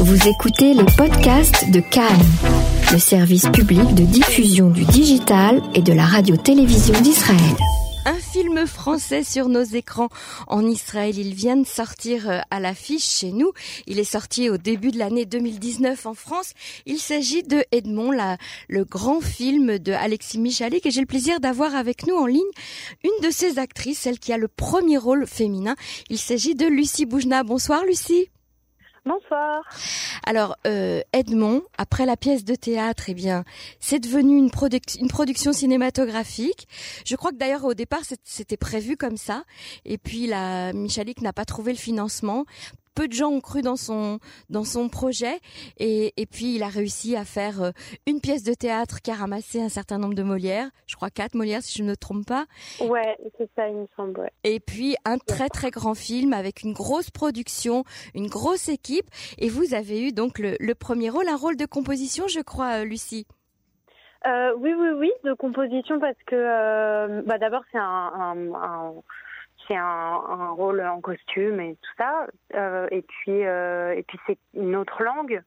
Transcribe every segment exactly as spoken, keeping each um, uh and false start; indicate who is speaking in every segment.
Speaker 1: Vous écoutez les podcasts de Cannes, le service public de diffusion du digital et de la radio-télévision d'Israël.
Speaker 2: Un film français sur nos écrans en Israël. Il vient de sortir à l'affiche chez nous. Il est sorti au début de l'année deux mille dix-neuf en France. Il s'agit de Edmond, la, le grand film de Alexis Michalik. Et j'ai le plaisir d'avoir avec nous en ligne une de ses actrices, celle qui a le premier rôle féminin. Il s'agit de Lucie Boujna. Bonsoir Lucie.
Speaker 3: Bonsoir.
Speaker 2: Alors, euh, Edmond, après la pièce de théâtre, eh bien, c'est devenu une, produc- une production cinématographique. Je crois que d'ailleurs, au départ, c'était prévu comme ça. Et puis, la Michalik n'a pas trouvé le financement. Peu de gens ont cru dans son dans son projet et, et puis il a réussi à faire une pièce de théâtre qui a ramassé un certain nombre de Molières, je crois quatre Molières si je ne me trompe pas.
Speaker 3: Ouais, c'est ça, il me semble. Ouais.
Speaker 2: Et puis un très très grand film avec une grosse production, une grosse équipe. Et vous avez eu donc le, le premier rôle, un rôle de composition, je crois, Lucie.
Speaker 3: Euh, oui, oui, oui, de composition parce que euh, bah d'abord c'est un, un, un c'est un, un rôle en costume et tout ça, euh, et puis euh, et puis c'est une autre langue,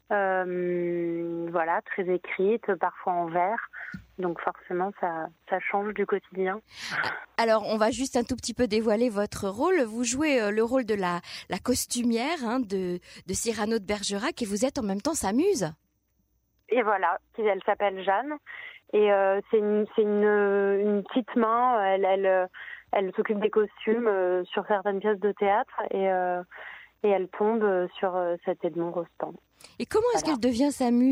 Speaker 3: euh, voilà, très écrite, parfois en vers, donc forcément ça ça change du quotidien.
Speaker 2: Alors on va juste un tout petit peu dévoiler votre rôle. Vous jouez euh, le rôle de la la costumière hein, de de Cyrano de Bergerac et vous êtes en même temps sa muse.
Speaker 3: Et voilà, elle s'appelle Jeanne et euh, c'est une c'est une une petite main, elle elle Elle s'occupe des costumes euh, sur certaines pièces de théâtre et, euh, et elle tombe sur euh, cet Edmond Rostand.
Speaker 2: Et comment est-ce
Speaker 3: voilà.
Speaker 2: qu'elle devient sa muse ?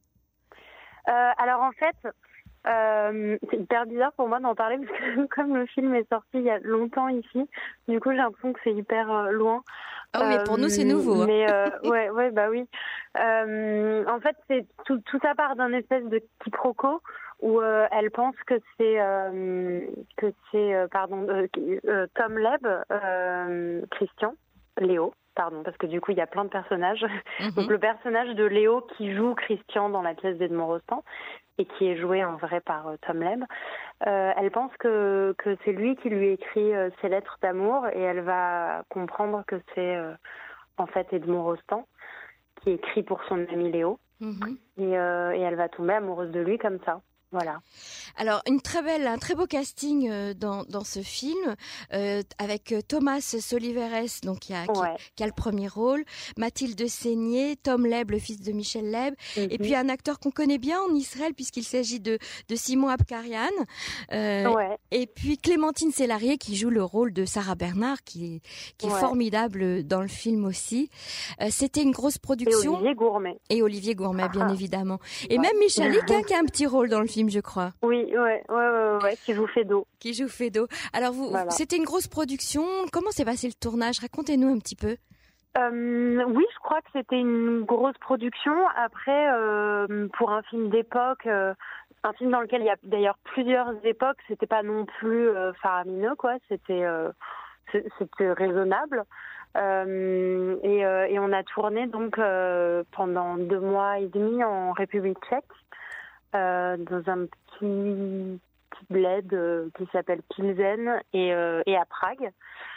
Speaker 3: euh, Alors en fait, euh, c'est hyper bizarre pour moi d'en parler parce que comme le film est sorti il y a longtemps ici, du coup j'ai l'impression que c'est hyper euh, loin.
Speaker 2: Ah oui, mais pour euh, nous c'est nouveau. Hein.
Speaker 3: Mais euh, ouais, ouais, bah oui. Euh, en fait, c'est tout, tout ça part d'un espèce de quiproquo où euh, elle pense que c'est euh, que c'est euh, pardon euh, euh, Tom Leb, euh, Christian, Léo, pardon, parce que du coup il y a plein de personnages. Mm-hmm. Donc le personnage de Léo qui joue Christian dans la pièce d'Edmond Rostand et qui est joué en vrai par euh, Tom Leb. Euh, elle pense que que c'est lui qui lui écrit euh, ses lettres d'amour et elle va comprendre que c'est euh, en fait Edmond Rostand qui écrit pour son ami Léo. Mm-hmm. Et, euh, et elle va tomber amoureuse de lui comme ça. Voilà.
Speaker 2: Alors, une très belle, un très beau casting euh, dans, dans ce film, euh, avec Thomas Soliveres, donc qui a,
Speaker 3: ouais.
Speaker 2: qui, qui a le premier rôle, Mathilde Seigné, Tom Leb, le fils de Michel Leb, mm-hmm. et puis un acteur qu'on connaît bien en Israël, puisqu'il s'agit de, de Simon Abkarian, euh,
Speaker 3: ouais.
Speaker 2: et puis Clémentine Sélarié, qui joue le rôle de Sarah Bernard, qui est, qui est
Speaker 3: ouais.
Speaker 2: formidable dans le film aussi. Euh, c'était une grosse production.
Speaker 3: Et Olivier Gourmet.
Speaker 2: Et Olivier Gourmet,
Speaker 3: ah.
Speaker 2: bien évidemment. Et
Speaker 3: ouais.
Speaker 2: même Michalik, hein, qui a un petit rôle dans le film, je crois.
Speaker 3: Oui, ouais, ouais, ouais, ouais, qui joue Fédo.
Speaker 2: Qui joue Fédo. Alors, vous,
Speaker 3: voilà.
Speaker 2: C'était une grosse production. Comment s'est passé le tournage ? Racontez-nous un petit peu.
Speaker 3: Euh, oui, je crois que c'était une grosse production. Après, euh, pour un film d'époque, euh, un film dans lequel il y a d'ailleurs plusieurs époques, c'était pas non plus euh, faramineux, quoi. C'était, euh, c'était raisonnable. Euh, et, euh, et on a tourné donc euh, pendant deux mois et demi en République tchèque. Euh, dans un petit, petit bled euh, qui s'appelle Pilsen et, euh, et à Prague.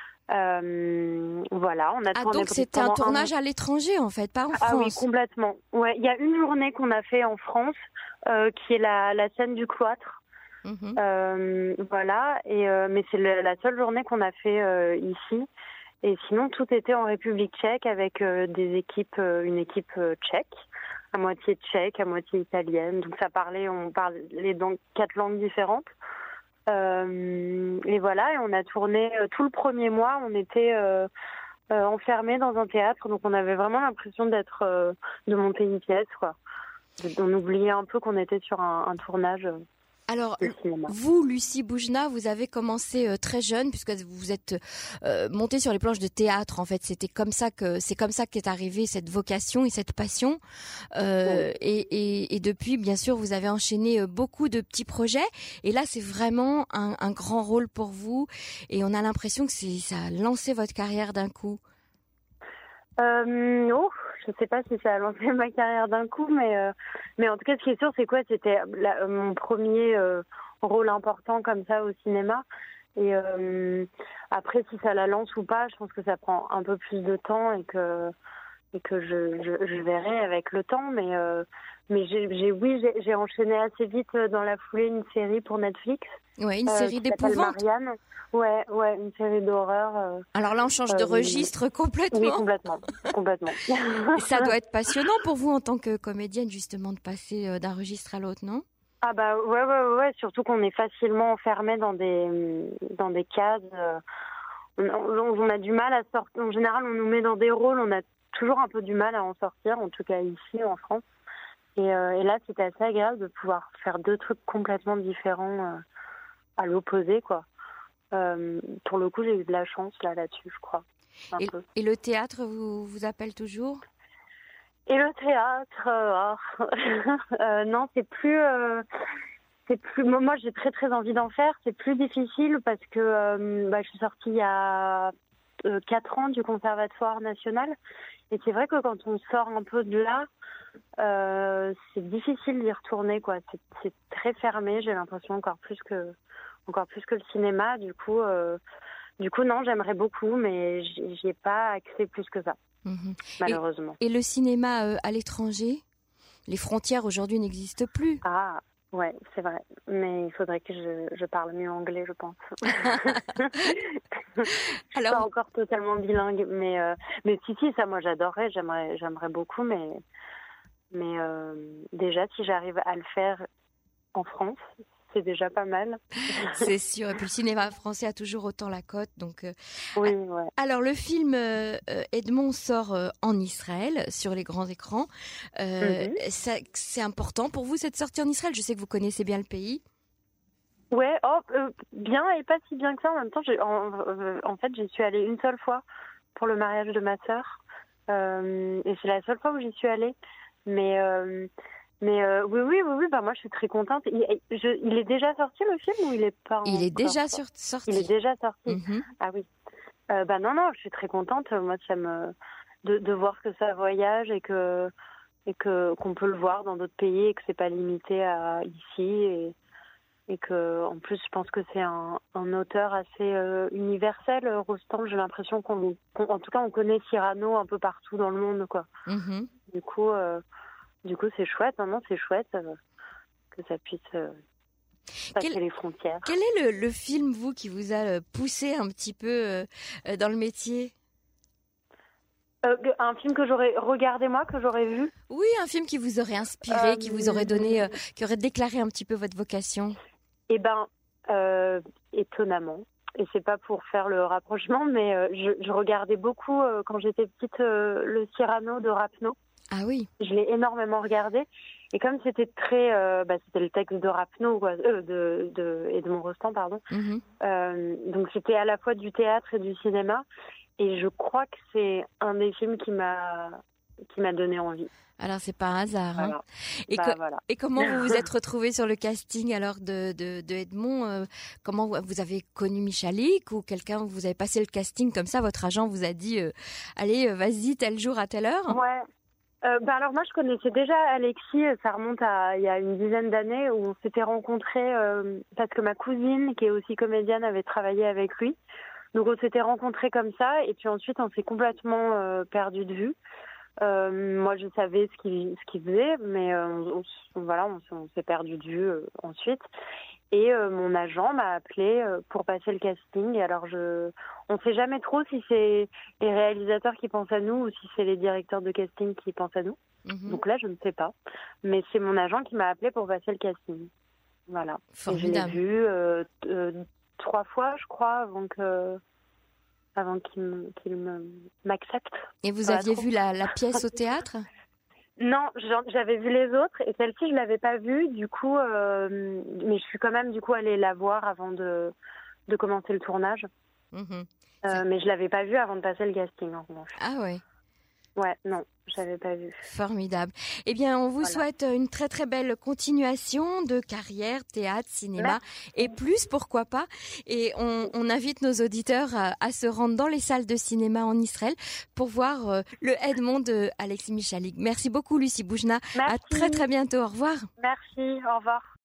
Speaker 3: Euh, voilà, on a
Speaker 2: ah,
Speaker 3: tourné.
Speaker 2: Donc c'était un tournage un... à l'étranger en fait, pas en France.
Speaker 3: Ah oui, complètement. Ouais, il y a une journée qu'on a fait en France, euh, qui est la, la scène du cloître. Mm-hmm. Euh, voilà, et euh, mais c'est le, la seule journée qu'on a fait euh, ici. Et sinon, tout était en République tchèque avec euh, des équipes, euh, une équipe euh, tchèque. À moitié tchèque, à moitié italienne. Donc ça parlait, on parlait dans quatre langues différentes. Euh, et voilà, et on a tourné euh, tout le premier mois, on était euh, euh, enfermés dans un théâtre, donc on avait vraiment l'impression d'être, euh, de monter une pièce, quoi. On oubliait un peu qu'on était sur un, un tournage. Euh,
Speaker 2: Alors, vous, Lucie Boujna, vous avez commencé euh, très jeune, puisque vous êtes euh, montée sur les planches de théâtre. En fait, c'était comme ça que c'est comme ça qu'est arrivée cette vocation et cette passion. Euh, oui. et, et, et depuis, bien sûr, vous avez enchaîné beaucoup de petits projets. Et là, c'est vraiment un, un grand rôle pour vous. Et on a l'impression que c'est, ça a lancé votre carrière d'un coup.
Speaker 3: Euh, oh, je sais pas si ça a lancé ma carrière d'un coup, mais euh, mais en tout cas, ce qui est sûr, c'est quoi ? C'était la, mon premier euh, rôle important comme ça au cinéma. Et euh, après, si ça la lance ou pas, je pense que ça prend un peu plus de temps et que et que je, je, je verrai avec le temps. Mais, euh, mais j'ai, j'ai, oui, j'ai, j'ai enchaîné assez vite dans la foulée une série pour Netflix.
Speaker 2: Ouais, une
Speaker 3: euh,
Speaker 2: série d'épouvante.
Speaker 3: Marianne. Ouais, ouais, une série d'horreur. Euh,
Speaker 2: Alors là, on change
Speaker 3: euh,
Speaker 2: de registre complètement.
Speaker 3: Oui, complètement, complètement.
Speaker 2: Et ça doit être passionnant pour vous en tant que comédienne, justement, de passer d'un registre à l'autre, non?
Speaker 3: Ah bah ouais, ouais, ouais, surtout qu'on est facilement enfermé dans des, dans des cases. Euh, on, on, on a du mal à sortir. En général, on nous met dans des rôles, on a toujours un peu du mal à en sortir, en tout cas ici, en France. Et, euh, et là, c'était assez agréable de pouvoir faire deux trucs complètement différents euh, à l'opposé, quoi. Euh, pour le coup, j'ai eu de la chance là là-dessus, je crois.
Speaker 2: Et, et le théâtre vous, vous appelle toujours?
Speaker 3: Et le théâtre, euh, euh, non, c'est plus, euh, c'est plus. Moi, j'ai très très envie d'en faire. C'est plus difficile parce que euh, bah, je suis sortie il y a euh, quatre ans du Conservatoire national, et c'est vrai que quand on sort un peu de là, euh, c'est difficile d'y retourner, quoi. C'est, c'est très fermé. J'ai l'impression encore plus que, encore plus que le cinéma. Du coup, euh, du coup, non, j'aimerais beaucoup, mais j'y ai pas accès plus que ça. Mmh. Malheureusement.
Speaker 2: Et, et le cinéma euh, à l'étranger, les frontières aujourd'hui n'existent plus.
Speaker 3: Ah, ouais, c'est vrai. Mais il faudrait que je, je parle mieux anglais, je pense. Je suis Alors... pas encore totalement bilingue, mais euh, mais si si, ça, moi, j'adorerais, j'aimerais, j'aimerais beaucoup, mais mais euh, déjà, si j'arrive à le faire en France, c'est déjà pas mal.
Speaker 2: C'est sûr. Et puis le cinéma français a toujours autant la cote. Donc, euh...
Speaker 3: oui, ouais.
Speaker 2: Alors le film euh, Edmond sort euh, en Israël sur les grands écrans. Euh, mm-hmm. ça, c'est important pour vous cette sortie en Israël? Je sais que vous connaissez bien le pays.
Speaker 3: Ouais, oh, euh, bien et pas si bien que ça. En même temps, j'ai, en, euh, en fait, j'y suis allée une seule fois pour le mariage de ma sœur. Euh, et c'est la seule fois où j'y suis allée. Mais... Euh, Mais euh, oui, oui, oui, oui, bah moi je suis très contente. Il, je, il est déjà sorti le film ou il est pas
Speaker 2: Il est déjà
Speaker 3: sur,
Speaker 2: sorti.
Speaker 3: Il est déjà sorti.
Speaker 2: Mm-hmm.
Speaker 3: Ah oui. Euh, bah non, non, je suis très contente. Moi, ça me de, de voir que ça voyage et que et que qu'on peut le voir dans d'autres pays et que c'est pas limité à ici et et que en plus je pense que c'est un, un auteur assez euh, universel. Rostand, j'ai l'impression qu'on, qu'on, en tout cas, on connaît Cyrano un peu partout dans le monde, quoi.
Speaker 2: Mm-hmm.
Speaker 3: Du coup. Euh, Du coup, c'est chouette, non, non, c'est chouette euh, que ça puisse euh, passer quel, les frontières.
Speaker 2: Quel est le, le film, vous, qui vous a poussé un petit peu euh, dans le métier?
Speaker 3: euh, Un film que j'aurais regardé, moi, que j'aurais vu?
Speaker 2: Oui, un film qui vous aurait inspiré, euh, qui vous aurait donné, euh, qui aurait déclaré un petit peu votre vocation.
Speaker 3: Eh ben, euh, étonnamment. Et c'est pas pour faire le rapprochement, mais euh, je, je regardais beaucoup, euh, quand j'étais petite, euh, le Cyrano de Rapneau.
Speaker 2: Ah oui.
Speaker 3: Je l'ai énormément regardé. Et comme c'était très... Euh, bah, c'était le texte de Rapneau, quoi, euh, de, de Edmond Rostand, pardon. Mm-hmm. Euh, donc c'était à la fois du théâtre et du cinéma. Et je crois que c'est un des films qui m'a, qui m'a donné envie.
Speaker 2: Alors c'est pas un hasard. Hein.
Speaker 3: Voilà.
Speaker 2: Et,
Speaker 3: bah,
Speaker 2: co-
Speaker 3: voilà.
Speaker 2: et comment vous vous êtes retrouvée sur le casting alors de, de, de Edmond euh, Comment vous, vous avez connu Michalik ou quelqu'un, vous avez passé le casting comme ça, votre agent vous a dit euh, allez, vas-y, tel jour à telle heure?
Speaker 3: Ouais. Euh, bah alors moi je connaissais déjà Alexis, ça remonte à il y a une dizaine d'années où on s'était rencontrés euh, parce que ma cousine qui est aussi comédienne avait travaillé avec lui. Donc on s'était rencontrés comme ça et puis ensuite on s'est complètement euh, perdu de vue. Euh, moi je savais ce qu'il ce qu'il faisait mais euh, on, on, voilà on, on s'est perdu de vue euh, ensuite. Et euh, mon agent m'a appelé euh, pour passer le casting. Et alors, je, on ne sait jamais trop si c'est les réalisateurs qui pensent à nous ou si c'est les directeurs de casting qui pensent à nous. Mmh. Donc là, je ne sais pas. Mais c'est mon agent qui m'a appelé pour passer le casting. Voilà.
Speaker 2: Formidable.
Speaker 3: Et je l'ai vu euh, euh, trois fois, je crois, avant que, avant qu'il, me, qu'il me, m'accepte.
Speaker 2: Et vous aviez vu la, la pièce au théâtre?
Speaker 3: Non, j'avais vu les autres et celle-ci je l'avais pas vue, du coup, euh, mais je suis quand même du coup allée la voir avant de de commencer le tournage. Mmh. Euh, mais je l'avais pas vue avant de passer le casting en revanche.
Speaker 2: Ah ouais.
Speaker 3: Ouais, non, j'avais pas vu.
Speaker 2: Formidable. Eh bien, on vous voilà. souhaite une très très belle continuation de carrière, théâtre, cinéma Merci. Et plus, pourquoi pas. Et on, on invite nos auditeurs à, à se rendre dans les salles de cinéma en Israël pour voir euh, le Edmond de Alexis Michalik. Merci beaucoup, Lucie Boujna. Merci. À très très bientôt. Au revoir.
Speaker 3: Merci. Au revoir.